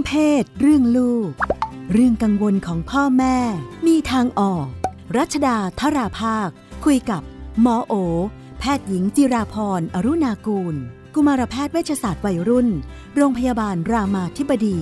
เพศเรื่องลูกเรื่องกังวลของพ่อแม่มีทางออกรัชดาธราภาคคุยกับหมอโอแพทย์หญิงจิราพรอรุณากูลกุมารแพทย์เวชศาสตร์วัยรุ่นโรงพยาบาลรามาธิบดี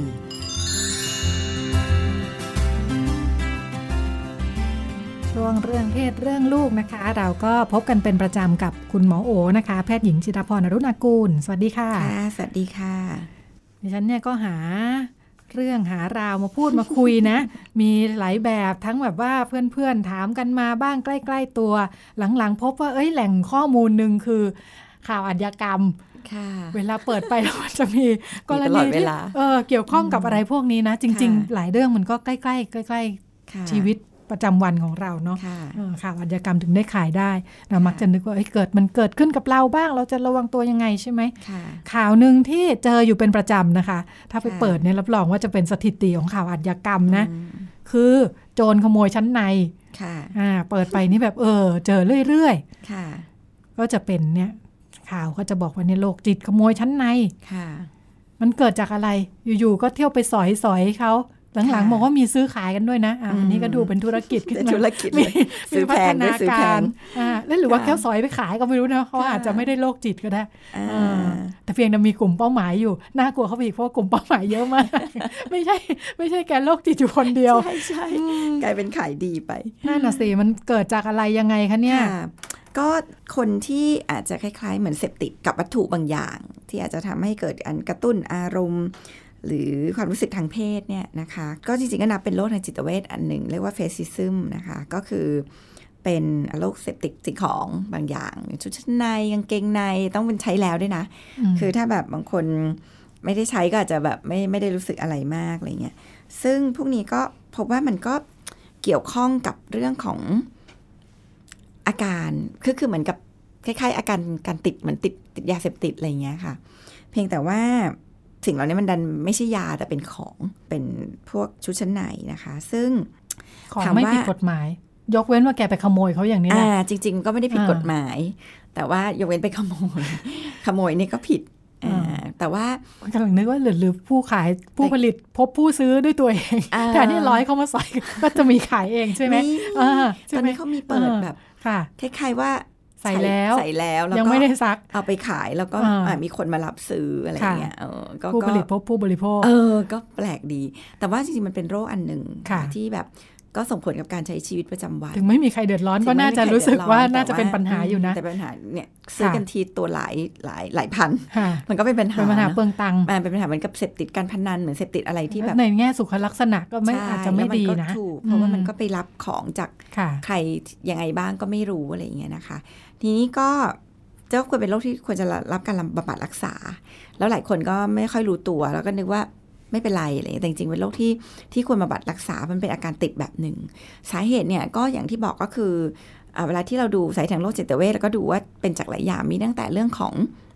ช่วงเรื่องเพศเรื่องลูกนะคะเราก็พบกันเป็นประจำกับคุณหมอโอนะคะแพทย์หญิงจิราพรอรุณากูลสวัสดีค่ะค่ะสวัสดีค่ะดิฉันเนี่ยก็หาเรื่องหาราวมาพูดมาคุยนะ มีหลายแบบทั้งแบบว่าเพื่อนๆถามกันมาบ้างใกล้ๆตัวหลังๆพบว่าแหล่งข้อมูลหนึ่งคือข่าวอาชญากรรมเวลาเปิดไปแล้วมันจะมีกรณีที่เกี่ยวข้องกับอะไรพวกนี้นะจริงๆหลายเรื่องมันก็ใกล้ๆชีวิตประจำวันของเราเนาะข่าวอาชญากรรมถึงได้ขายได้เรามักจะนึกว่ามันเกิดขึ้นกับเราบ้างเราจะระวังตัวยังไงใช่ไหมข่าวหนึ่งที่เจออยู่เป็นประจำนะคะถ้าไปเปิดเนี่ยรับรองว่าจะเป็นสถิติของข่าวอาชญากรรมนะคือโจรขโมยชั้นในเปิดไปนี่แบบเจอเรื่อยๆก็จะเป็นเนี่ยข่าวก็จะบอกว่าเนี่ยโรคจิตขโมยชั้นในมันเกิดจากอะไรอยู่ๆก็เที่ยวไปสอยเขาหลังๆบอกว่ามีซื้อขายกันด้วยนะอันนี้ก็ดูเป็นธุรกิจขึ้นมาซื้อแพงด้วยซื้อแพงแล้วหรือว่าแค่สอยไปขายก็ไม่รู้นะเขาอาจจะไม่ได้โรคจิตก็ได้แต่เพียงแต่มีกลุ่มเป้าหมายอยู่น่ากลัวเขาไปอีกเพราะกลุ่มเป้าหมายเยอะมากไม่ใช่แกโรคจิตอยู่คนเดียวใช่กลายเป็นขายดีไปนั่นน่ะสิมันเกิดจากอะไรยังไงคะเนี่ยก็คนที่อาจจะคล้ายๆเหมือนเสพติดกับวัตถุบางอย่างที่อาจจะทำให้เกิดการกระตุ้นอารมณ์หรือความรู้สึกทางเพศเนี่ยนะคะก็จริงๆก็นับเป็นโรคทางจิตเวชอันหนึ่งเรียกว่าเฟซิซึมนะคะก็คือเป็นโรคเสพติดสิ่งของบางอย่างชุดชั้นในกางเกงในต้องเป็นใช้แล้วด้วยนะคือถ้าแบบบางคนไม่ได้ใช้ก็อาจจะแบบไม่ได้รู้สึกอะไรมากอะไรเงี้ยซึ่งพวกนี้ก็พบว่ามันก็เกี่ยวข้องกับเรื่องของอาการคือเหมือนกับคล้ายๆอาการติดเหมือนติดยาเสพติดอะไรเงี้ยค่ะเพียงแต่ว่าสิ่งเหล่านี้มันดันไม่ใช่ยาแต่เป็นของเป็นพวกชุดชั้นในนะคะซึ่งของไม่ผิดกฎหมายยกเว้นว่าแกไปขโมยเขาอย่างนี้นะจริงๆก็ไม่ได้ผิดกฎหมายแต่ว่ายกเว้นไปขโมยนี่ก็ผิดแต่ว่ากำลังนึกว่าหรือผู้ขายผู้ผลิตพบผู้ซื้อด้วยตัวเองแต่นี่ร้อยเขามาใส่ก็จะมีขายเองใช่ไหมตอนนี้เขามีเปิดแบบคล้ายๆว่าใส่แล้วแล้วยังไม่ได้ซักเอาไปขายแล้วก็มีคนมารับซื้ออะไรเงี้ยผู้ผลิตพบผู้บริโภคก็แปลกดีแต่ว่าจริงๆมันเป็นโรคอันหนึ่งที่แบบก็ส่งผลกับการใช้ชีวิตประจำวันถึงไม่มีใครเดือดร้อนก็น่าจะรู้สึกว่าน่าจะเป็นปัญหาอยู่นะแต่ปัญหาเนี่ยซื้อกันทีตัวหลายพันมันก็เป็นปัญหาเปลืองตังค์เป็นปัญหาเหมือนกับเสพติดการพนันเหมือนเสพติดอะไรที่แบบในแง่สุขลักษณะก็ไม่อาจจะไม่ดีนะเพราะว่ามันก็ไปรับของจากใครยังไงบ้างก็ไม่รู้อะไรอย่างเงี้ยนะคะทีนี้ก็เจ้าควรเป็นโรคที่ควรจะรับการบำบัดรักษาแล้วหลายคนก็ไม่ค่อยรู้ตัวแล้วก็นึกว่าไม่เป็นไรอะไรแต่จริงๆเป็นโรคที่ควรบำบัดรักษามันเป็นอาการติดแบบหนึ่งสาเหตุเนี่ยก็อย่างที่บอกก็คือเวลาที่เราดูสายทางโรคจิตเวชแล้วก็ดูว่าเป็นจากหลายอย่างมีตั้งแต่เรื่องของ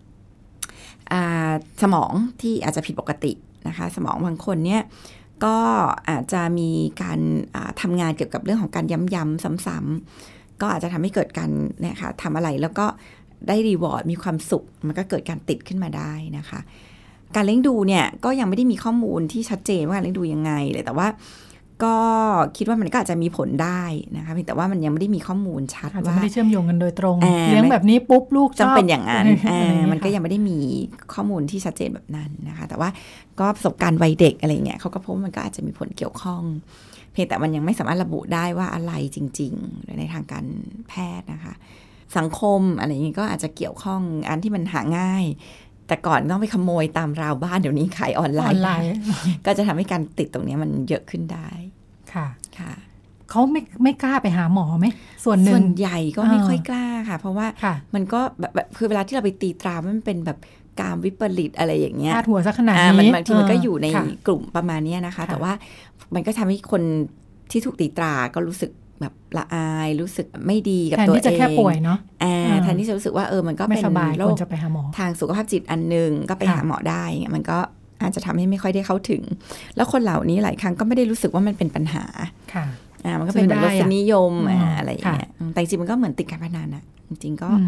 สมองที่อาจจะผิดปกตินะคะสมองบางคนเนี่ยก็อาจจะมีการทำงานเกี่ยวกับเรื่องของการย้ำๆซ้ำๆก็อาจจะทำให้เกิดการเนี่ยค่ะทำอะไรแล้วก็ได้รีวอร์ดมีความสุขมันก็เกิดการติดขึ้นมาได้นะคะการเลี้ยงดูเนี่ยก็ยังไม่ได้มีข้อมูลที่ชัดเจนว่าการเลี้ยงดูยังไงเลยแต่ว่าก็คิดว่ามันก็อาจจะมีผลได้นะคะแต่ว่ามันยังไม่ได้มีข้อมูลชัดว่าไม่ได้เชื่อมโยงกันโดยตรงเลี้ยงแบบนี้ปุ๊บลูกจำเป็นอย่างนั้นมันก็ยังไม่ได้มีข้อมูลที่ชัดเจนแบบนั้นนะคะแต่ว่าก็ประสบการณ์วัยเด็กอะไรเงี้ยเขาก็พบว่ามันก็อาจจะมีผลเกี่ยวข้องเพียงแต่มันยังไม่สามารถระบุได้ว่าอะไรจริงๆในทางการแพทย์นะคะสังคมอะไรอย่างนี้ก็อาจจะเกี่ยวข้องอันที่มันหาง่ายแต่ก่อนต้องไปขโมยตามราวบ้านเดี๋ยวนี้ขายออนไลน์ก็จะทำให้การติดตรงนี้มันเยอะขึ้นได้ค่ะเขาไม่กล้าไปหาหมอไหมส่วนใหญ่ก็ไม่ค่อยกล้าค่ะเพราะว่ามันก็แบบคือเวลาที่เราไปตีตรามันเป็นแบบการวิปริตอะไรอย่างเงี้ยพาดหัวซะขนาดนี้บางทีมันก็อยู่ในกลุ่มประมาณนี้นะคะแต่ว่ามันก็ทำให้คนที่ถูกตีตราก็รู้สึกแบบละอายรู้สึกไม่ดีกับตัวเองแทนที่จะแค่ป่วยเนาะแทนที่จะรู้สึกว่ามันก็เป็นโรคทางสุขภาพจิตอันนึงก็ไปหาหมอได้มันก็อาจจะทำให้ไม่ค่อยได้เข้าถึงแล้วคนเหล่านี้หลายครั้งก็ไม่ได้รู้สึกว่ามันเป็นปัญหามันก็เป็นแบบรสนิยมอะไรอย่างเงี้ยแต่จริงมันก็เหมือนติดการพนันจริงๆ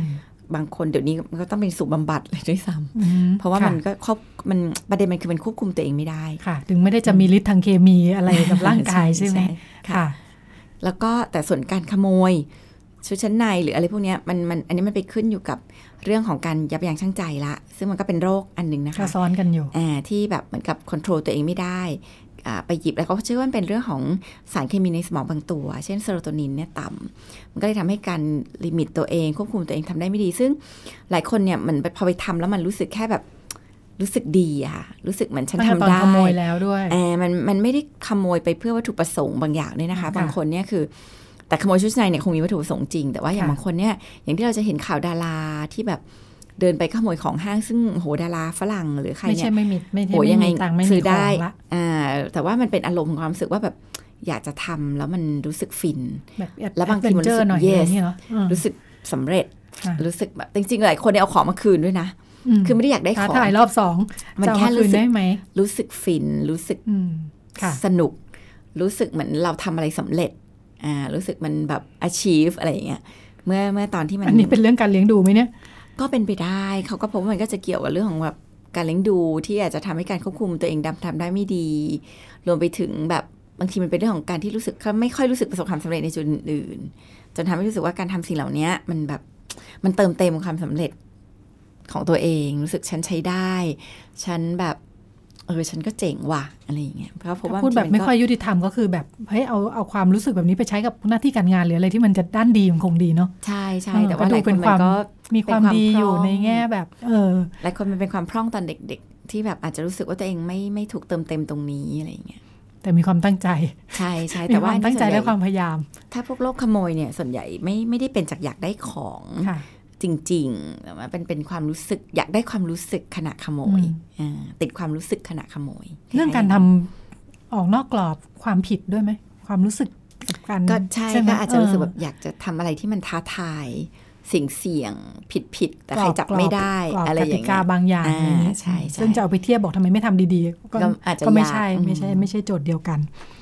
บางคนเดี๋ยวนี้มันก็ต้องเป็นสูบบำบัดเลยด้วยซ้ำเพราะว่ามันก็มันประเด็นมันคือมันควบคุมตัวเองไม่ได้ค่ะถึงไม่ได้จะมีฤทธิ์ทางเคมีอะไรกับร่างกายใช่ไหมค่ะแล้วก็แต่ส่วนการขโมยชุดชั้นในหรืออะไรพวกนี้มันอันนี้มันไปขึ้นอยู่กับเรื่องของการยับยั้งชั่งใจละซึ่งมันก็เป็นโรคอันหนึ่งนะคะซ้อนกันอยู่ที่แบบเหมือนกับควบคุมตัวเองไม่ได้ไปหยิบแล้วก็เชื่อว่าเป็นเรื่องของสารเคมีในสมองบางตัวเช่นเซโรโทนินเนี่ยต่ำมันก็เลยทำให้การลิมิตตัวเองควบคุมตัวเองทำได้ไม่ดีซึ่งหลายคนเนี่ยมันพอไปทำแล้วมันรู้สึกแค่แบบรู้สึกดีอะค่ะรู้สึกเหมือนฉันทำได้ขโมยแล้วด้วยมันไม่ได้ขโมยไปเพื่อวัตถุประสงค์บางอย่างเนี่ยนะคะบางคนเนี่ยคือแต่ขโมยชุดชั้นในเนี่ยคงมีวัตถุประสงค์จริงแต่ว่าอย่างบางคนเนี่ยอย่างที่เราจะเห็นข่าวดาราที่แบบเดินไปขโมยของห้างซึ่งโหดาราฝรั่งหรือใครเนี่ยไม่ใช่ไม่มีตังค์ไม่มีของละแต่ว่ามันเป็นอารมณ์ของความรู้สึกว่าแบบอยากจะทำแล้วมันรู้สึกฟินแล้วบางทีมันรู้สึกรู้สึกสำเร็จรู้สึกแบบจริงๆหลายคนเนี่ยเอาของมาคืนด้วยนะคือไม่ได้อยากได้ของถ่ายรอบสองมันแค่รู้สึกรู้สึกฟินรู้สึกสนุกรู้สึกเหมือนเราทำอะไรสำเร็จรู้สึกมันแบบ achieve อะไรอย่างเงี้ยเมื่อตอนที่มันอันนี้เป็นเรื่องการเลี้ยงดูไหมเนี่ยก็เป็นไปได้เขาก็พบว่ามันก็จะเกี่ยวกับเรื่องของแบบการเลี้ยงดูที่อาจจะทำให้การควบคุมตัวเองทำได้ไม่ดีรวมไปถึงแบบบางทีมันเป็นเรื่องของการที่รู้สึกเขาไม่ค่อยรู้สึกประสบความสำเร็จในจุดอื่นๆจนทำให้รู้สึกว่าการทำสิ่งเหล่านี้มันแบบมันเติมเต็มความสำเร็จของตัวเองรู้สึกฉันใช้ได้ฉันแบบฉันก็เจ๋งว่ะอะไรอย่างเงี้ยเพราะว่าพูดแบบไม่ค่อยยุติธรรมก็คือแบบเฮ้ยเอาความรู้สึกแบบนี้ไปใช้กับหน้าที่การงานหรืออะไรที่มันจะด้านดีมันคงดีเนาะใช่ใช่แต่ว่าหลายคนมันก็มีความดีอยู่ในแง่แบบหลายคนมันเป็นความพร่องตอนเด็กๆที่แบบอาจจะรู้สึกว่าตัวเองไม่ถูกเติมเต็มตรงนี้อะไรอย่างเงี้ยแต่มีความตั้งใจใช่ใช่แต่ว่าตั้งใจและความพยายามถ้าพวกโรคขโมยเนี่ยส่วนใหญ่ไม่ได้เป็นจากอยากได้ของจริงๆแต่ว่าเป็นความรู้สึกอยากได้ความรู้สึกขณะขโมยติดความรู้สึกขณะขโมยเรื่องการทำออกนอกกรอบความผิดด้วยไหมความรู้สึกการก็ใช่ก็อาจจะรู้สึกแบบอยากจะทำอะไรที่มันท้าทายเสี่ยงผิดแต่ใครจับไม่ได้อะไรอย่างเงี้ยกติกาบางอย่างใช่ซึ่งจะเอาไปเทียบบอกทำไมไม่ทำดีๆก็ไม่ใช่โจทย์เดียวกัน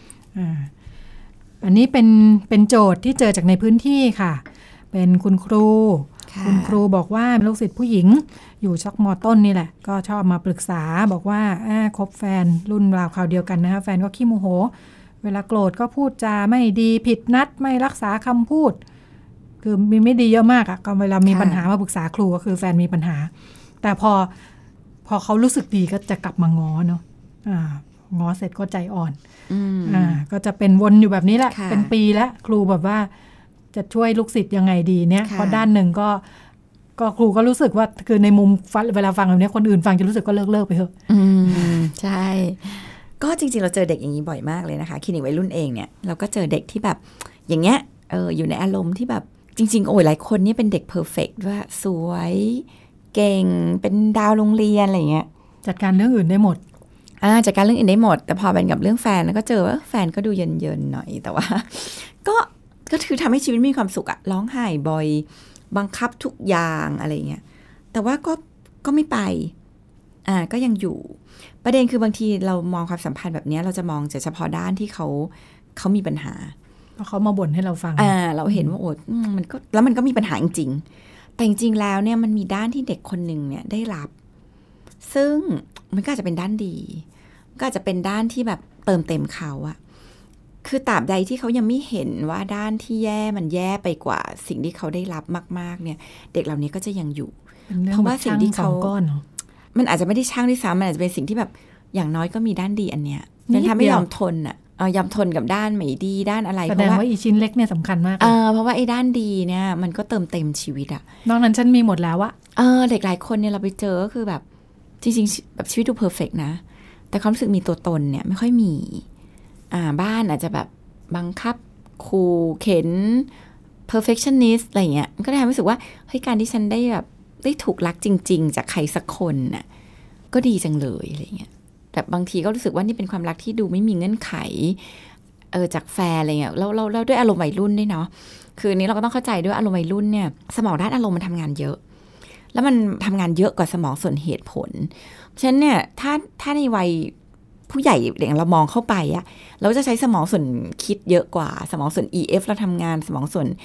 อันนี้เป็นโจทย์ที่เจอจากในพื้นที่ค่ะเป็นคุณครูบอกว่าลูกศิษย์ผู้หญิงอยู่ชักม.ต้นนี่แหละก็ชอบมาปรึกษาบอกว่าคบแฟนรุ่นราวคราวเดียวกันนะคะแฟนก็ขี้โมโหเวลาโกรธก็พูดจาไม่ดีผิดนัดไม่รักษาคำพูดคือมีไม่ดีเยอะมากอ่ะก็เวลามีปัญหามาปรึกษาครูก็คือแฟนมีปัญหาแต่พอเขารู้สึกดีก็จะกลับมาง้อเนาะง้อเสร็จก็ใจอ่อนก็จะเป็นวนอยู่แบบนี้แหละเป็นปีแล้วครูแบบว่าจะช่วยลูกศิษย์ยังไงดีเนี่ยเพราะด้านหนึ่งก็ครูก็รู้สึกว่าคือในมุมเวลาฟังแบบนี้คนอื่นฟังจะรู้สึกก็เลิกไปเถอะใช่ก็จริงๆเราเจอเด็กอย่างนี้บ่อยมากเลยนะคะคลินิกวัยรุ่นเองเนี่ยเราก็เจอเด็กที่แบบอย่างเงี้ยอยู่ในอารมณ์ที่แบบจริงๆหลายคนนี่เป็นเด็กเพอร์เฟกต์ว่าสวยเก่งเป็นดาวโรงเรียนอะไรเงี้ยจัดการเรื่องอื่นได้หมดจัดการเรื่องอื่นได้หมดแต่พอเป็นกับเรื่องแฟนก็เจอว่าแฟนก็ดูเย็นๆหน่อยแต่ว่าก็คือทำให้ชีวิตมีความสุขอะร้องไห้บ่อยบังคับทุกอย่างอะไรเงี้ยแต่ว่าก็ไม่ไปก็ยังอยู่ประเด็นคือบางทีเรามองความสัมพันธ์แบบนี้เราจะมองแต่เฉพาะด้านที่เขามีปัญหาเพราะเขามาบ่นให้เราฟังเราเห็นว่ามันก็แล้วมันก็มีปัญหาจริงๆแต่จริงๆแล้วเนี่ยมันมีด้านที่เด็กคนหนึ่งเนี่ยได้รับซึ่งมันก็อาจจะเป็นด้านดีก็อาจจะเป็นด้านที่แบบเติมเต็มเขาอะคือตราบใดที่เขายังไม่เห็นว่าด้านที่แย่มันแย่ไปกว่าสิ่งที่เขาได้รับมากๆเนี่ยเด็กเหล่านี้ก็จะยังอยู่เพราะว่าสิ่งที่เขามันอาจจะไม่ได้ช่างด้วยซ้ำมันอาจจะเป็นสิ่งที่แบบอย่างน้อยก็มีด้านดีอันเนี้ยมันทำให้ยอมทนอ่ะยอมทนกับด้านไม่ดีด้านอะไรแสดงว่าอีชิ้นเล็กเนี่ยสำคัญมากเพราะว่าไอ้ด้านดีเนี่ยมันก็เติมเต็มชีวิตอ่ะนอกนั้นฉันมีหมดแล้วอะเด็กหลายคนเนี่ยเราไปเจอก็คือแบบจริงๆแบบชีวิตดูเพอร์เฟกต์นะแต่ความรู้สึกมีตัวตนเนี่ยไม่ค่อยมีบ้านอาจจะแบบบังคับขู่เข็น perfectionist อะไรเงี้ยก็ได้รู้สึกว่าเฮ้ยการที่ฉันได้แบบได้ถูกรักจริงๆจากใครสักคนน่ะก็ดีจังเลยอะไรเงี้ยแต่บางทีก็รู้สึกว่านี่เป็นความรักที่ดูไม่มีเงื่อนไขจากแฟนอะไรเงี้ยแล้วด้วยอารมณ์วัยรุ่นด้วยเนาะคือนี้เราก็ต้องเข้าใจด้วยอารมณ์วัยรุ่นเนี่ยสมองด้านอารมณ์มันทำงานเยอะแล้วมันทำงานเยอะกว่าสมองส่วนเหตุผลฉะนั้นเนี่ยถ้าในวัยผู้ใหญ่อย่างเรามองเข้าไปอะเราจะใช้สมองส่วนคิดเยอะกว่าสมองส่วน EF เราทำงานสมองส่วน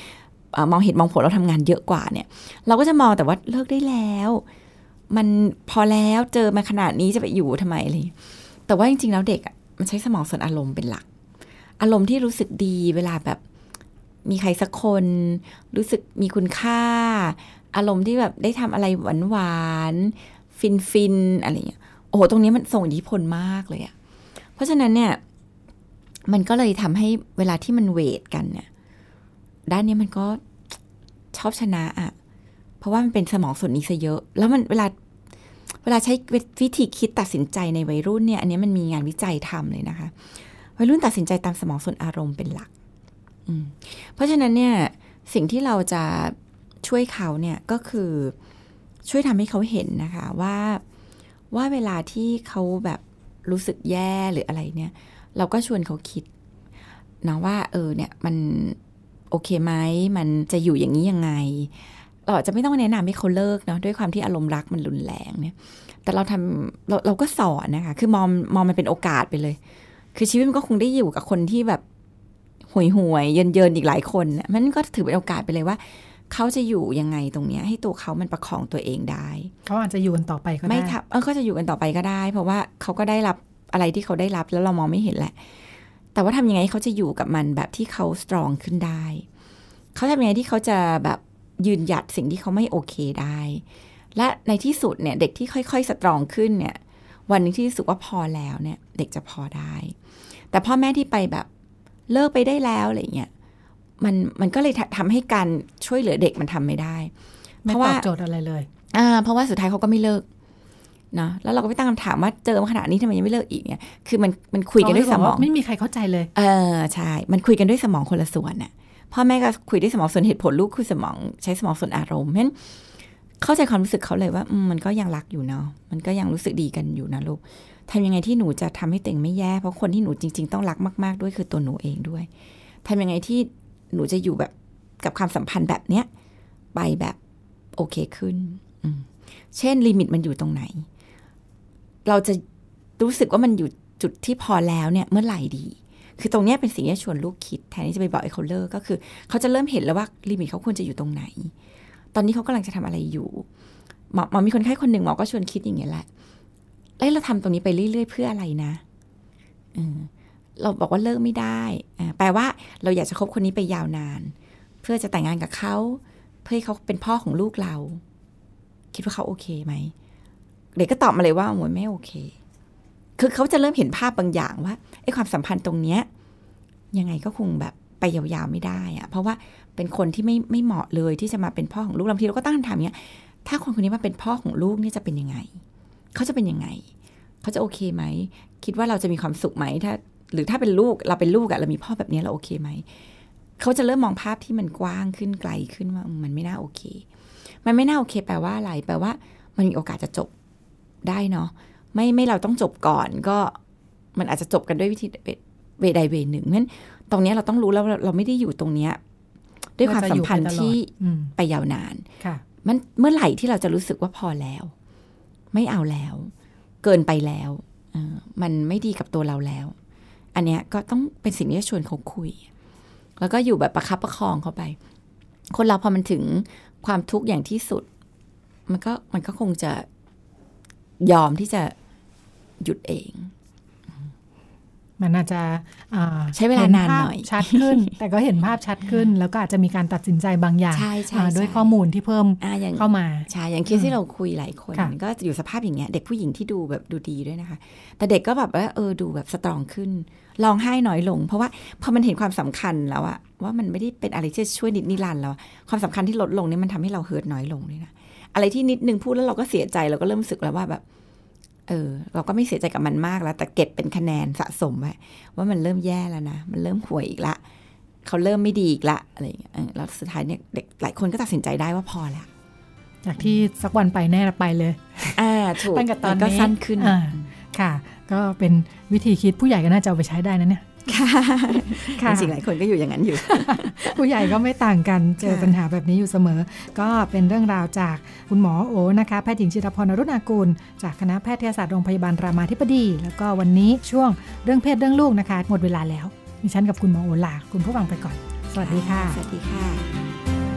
มองเหตุมองผลเราทำงานเยอะกว่าเนี่ยเราก็จะมองแต่ว่าเลิกได้แล้วมันพอแล้วเจอมาขนาดนี้จะไปอยู่ทำไมเลยแต่ว่าจริงๆแล้วเด็กมันใช้สมองส่วนอารมณ์เป็นหลักอารมณ์ที่รู้สึกดีเวลาแบบมีใครสักคนรู้สึกมีคุณค่าอารมณ์ที่แบบได้ทำอะไรหวานๆฟินๆอะไรอย่างเงี้ยโอ้โหตรงนี้มันส่งอิทธิพลมากเลยอะเพราะฉะนั้นเนี่ยมันก็เลยทำให้เวลาที่มันเวทกันเนี่ยด้านนี้มันก็ชอบชนะอะเพราะว่ามันเป็นสมองส่วนนี้ซะเยอะแล้วมันเวลาใช้วิธีคิดตัดสินใจในวัยรุ่นเนี่ยอันนี้มันมีงานวิจัยทำเลยนะคะวัยรุ่นตัดสินใจตามสมองส่วนอารมณ์เป็นหลักเพราะฉะนั้นเนี่ยสิ่งที่เราจะช่วยเขาเนี่ยก็คือช่วยทำให้เขาเห็นนะคะว่าเวลาที่เขาแบบรู้สึกแย่หรืออะไรเนี่ยเราก็ชวนเขาคิดนะว่าเนี่ยมันโอเคไหมมันจะอยู่อย่างนี้ยังไงเราจะไม่ต้องแนะนำให้เขาเลิกเนาะด้วยความที่อารมณ์รักมันรุนแรงเนี่ยแต่เราก็สอนนะคะคือมองมันเป็นโอกาสไปเลยคือชีวิตมันก็คงได้อยู่กับคนที่แบบห่วยๆเยินๆอีกหลายคนนะมันก็ถือเป็นโอกาสไปเลยว่าเขาจะอยู่ยังไงตรงเนี้ยให้ตัวเขามันประคองตัวเองได้เขาอาจจะอยู่กันต่อไปก็ได้ไม่เขาจะอยู่กันต่อไปก็ได้เพราะว่าเขาก็ได้รับอะไรที่เขาได้รับแล้วเรามองไม่เห็นแหละแต่ว่าทำยังไงเขาจะอยู่กับมันแบบที่เขาสตรองขึ้นได้เขาทำยังไงที่เขาจะแบบยืนหยัดสิ่งที่เขาไม่โอเคได้และในที่สุดเนี่ยเด็กที่ค่อยๆสตรองขึ้นเนี่ยวันนึงที่รู้สึกว่าพอแล้วเนี่ยเด็กจะพอได้แต่พ่อแม่ที่ไปแบบเลิกไปได้แล้วอะไรเงี้ยมันก็เลยทำให้การช่วยเหลือเด็กมันทำไม่ได้ไม่ตอบโจทย์อะไรเลยเพราะว่าสุดท้ายเขาก็ไม่เลิกเนาะแล้วเราก็ไปตั้งคำถามว่าเจอมาขนาดนี้ทำไมยังไม่เลิกอีกเนี่ยคือมันคุยกันด้วยสมองไม่มีใครเข้าใจเลยใช่มันคุยกันด้วยสมองคนละส่วนน่ะพ่อแม่ก็คุยด้วยสมองส่วนเหตุผลลูกคุยสมองใช้สมองส่วนอารมณ์เพราะฉะนั้นเข้าใจความรู้สึกเขาเลยว่ามันก็ยังรักอยู่เนาะมันก็ยังรู้สึกดีกันอยู่นะลูกทำยังไงที่หนูจะทำให้ตัวเองไม่แย่เพราะคนที่หนูจริงๆต้องรักมากๆด้วยคือตัวหนูเองด้วยทำยังไงที่หนูจะอยู่แบบกับความสัมพันธ์แบบเนี้ยไปแบบโอเคขึ้นเช่นลิมิตมันอยู่ตรงไหนเราจะรู้สึกว่ามันอยู่จุดที่พอแล้วเนี่ยเมื่อไหร่ดีคือตรงนี้เป็นสิ่งที่ชวนลูกคิดแทนที่จะไปบอกให้เขาเลิกก็คือเขาจะเริ่มเห็นแล้วว่าลิมิตเขาควรจะอยู่ตรงไหนตอนนี้เขากำลังจะทำอะไรอยู่หมอมีคนไข้คนหนึ่งหมอก็ชวนคิดอย่างเงี้ยแหละแล้วเราทำตรงนี้ไปเรื่อยๆเพื่ออะไรนะเราบอกว่าเลิกไม่ได้แปลว่าเราอยากจะคบคนนี้ไปยาวนานเพื่อจะแต่งงานกับเขาเพื่อให้เขาเป็นพ่อของลูกเราคิดว่าเขาโอเคไหมเด็กก็ตอบมาเลยว่าโอ้ยไม่โอเคคือเขาจะเริ่มเห็นภาพบางอย่างว่าไอ้ความสัมพันธ์ตรงเนี้ยยังไงก็คงแบบไปยาวๆไม่ได้อะเพราะว่าเป็นคนที่ไม่เหมาะเลยที่จะมาเป็นพ่อของลูกบางทีเราก็ตั้งคำถามเนี้ยถ้าคนคนนี้มาเป็นพ่อของลูกนี่จะเป็นยังไงเขาจะเป็นยังไงเขาจะโอเคไหมคิดว่าเราจะมีความสุขไหมถ้าเป็นลูกเราเป็นลูกอะเรามีพ่อแบบนี้เราโอเคไหมเขาจะเริ่มมองภาพที่มันกว้างขึ้นไกลขึ้นว่ามันไม่น่าโอเคมันไม่น่าโอเคแปลว่าอะไรแปลว่ามันมีโอกาสจะจบได้เนาะไม่เราต้องจบก่อนก็มันอาจจะจบกันด้วยวิธีเวใดเวหนึ่งเพราะฉะนั้นตรงนี้เราต้องรู้แล้วเราไม่ได้อยู่ตรงนี้ด้วยความสัมพันธ์ที่ไปยาวนานมันเมื่อไหร่ที่เราจะรู้สึกว่าพอแล้วไม่เอาแล้วเกินไปแล้วมันไม่ดีกับตัวเราแล้วอันเนี้ยก็ต้องเป็นสิ่งที่จะชวนเขาคุยแล้วก็อยู่แบบประคับประคองเขาไปคนเราพอมันถึงความทุกข์อย่างที่สุดมันก็คงจะยอมที่จะหยุดเองมันอาจจะใช้เวลานานหน่อยชัดขึ้น แต่ก็เห็นภาพชัดขึ้นแล้วก็อาจจะมีการตัดสินใจบางอย่างด้วยข้อมูลที่เพิ่มเข้ามาใช่อย่างเคสที่เราคุยหลายคนก็อยู่สภาพอย่างเงี้ยเด็กผู้หญิงที่ดูแบบดูดีด้วยนะคะแต่เด็กก็แบบว่าดูแบบสตรองขึ้นร้องไห้น้อยลงเพราะว่าพอมันเห็นความสำคัญแล้วอะว่ามันไม่ได้เป็นอะไรที่ช่วยนิรันดร์แล้วความสำคัญที่ลดลงนี่มันทำให้เราเฮิร์ตน้อยลงด้วยนะอะไรที่นิดนึงพูดแล้วเราก็เสียใจเราก็เริ่มรู้สึกแล้วว่าแบบเราก็ไม่เสียใจกับมันมากแล้วแต่เก็บเป็นคะแนนสะสมไว้ว่ามันเริ่มแย่แล้วนะมันเริ่มห่วยอีกละเขาเริ่มไม่ดีอีกละอะไรอย่างเงี้ยแล้วสุดท้ายเนี่ยเด็กหลายคนก็ตัดสินใจได้ว่าพอแล้วจากที่สักวันไปแน่ไปเลยถูกตั้งแต่ตอนนี้ก็สั้นขึ้นค่ะก็เป็นวิธีคิดผู้ใหญ่ก็น่าจะเอาไปใช้ได้นะเนี่ยจริงๆหลายคนก็อยู่อย่างนั้นอยู่ผู้ใหญ่ก็ไม่ต่างกันเจอปัญหาแบบนี้อยู่เสมอก็เป็นเรื่องราวจากคุณหมอโอนะคะแพทย์หญิงจิรพร อรุณากูลจากคณะแพทยศาสตร์โรงพยาบาลรามาธิบดีแล้วก็วันนี้ช่วงเรื่องเพศเรื่องลูกนะคะหมดเวลาแล้วดิฉันกับคุณหมอโอลาคุณผู้ฟังไปก่อนสวัสดีค่ะสวัสดีค่ะ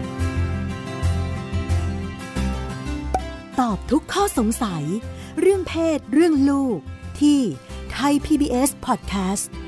ตอบทุกข้อสงสัยเรื่องเพศเรื่องลูกที่ Thai PBS Podcast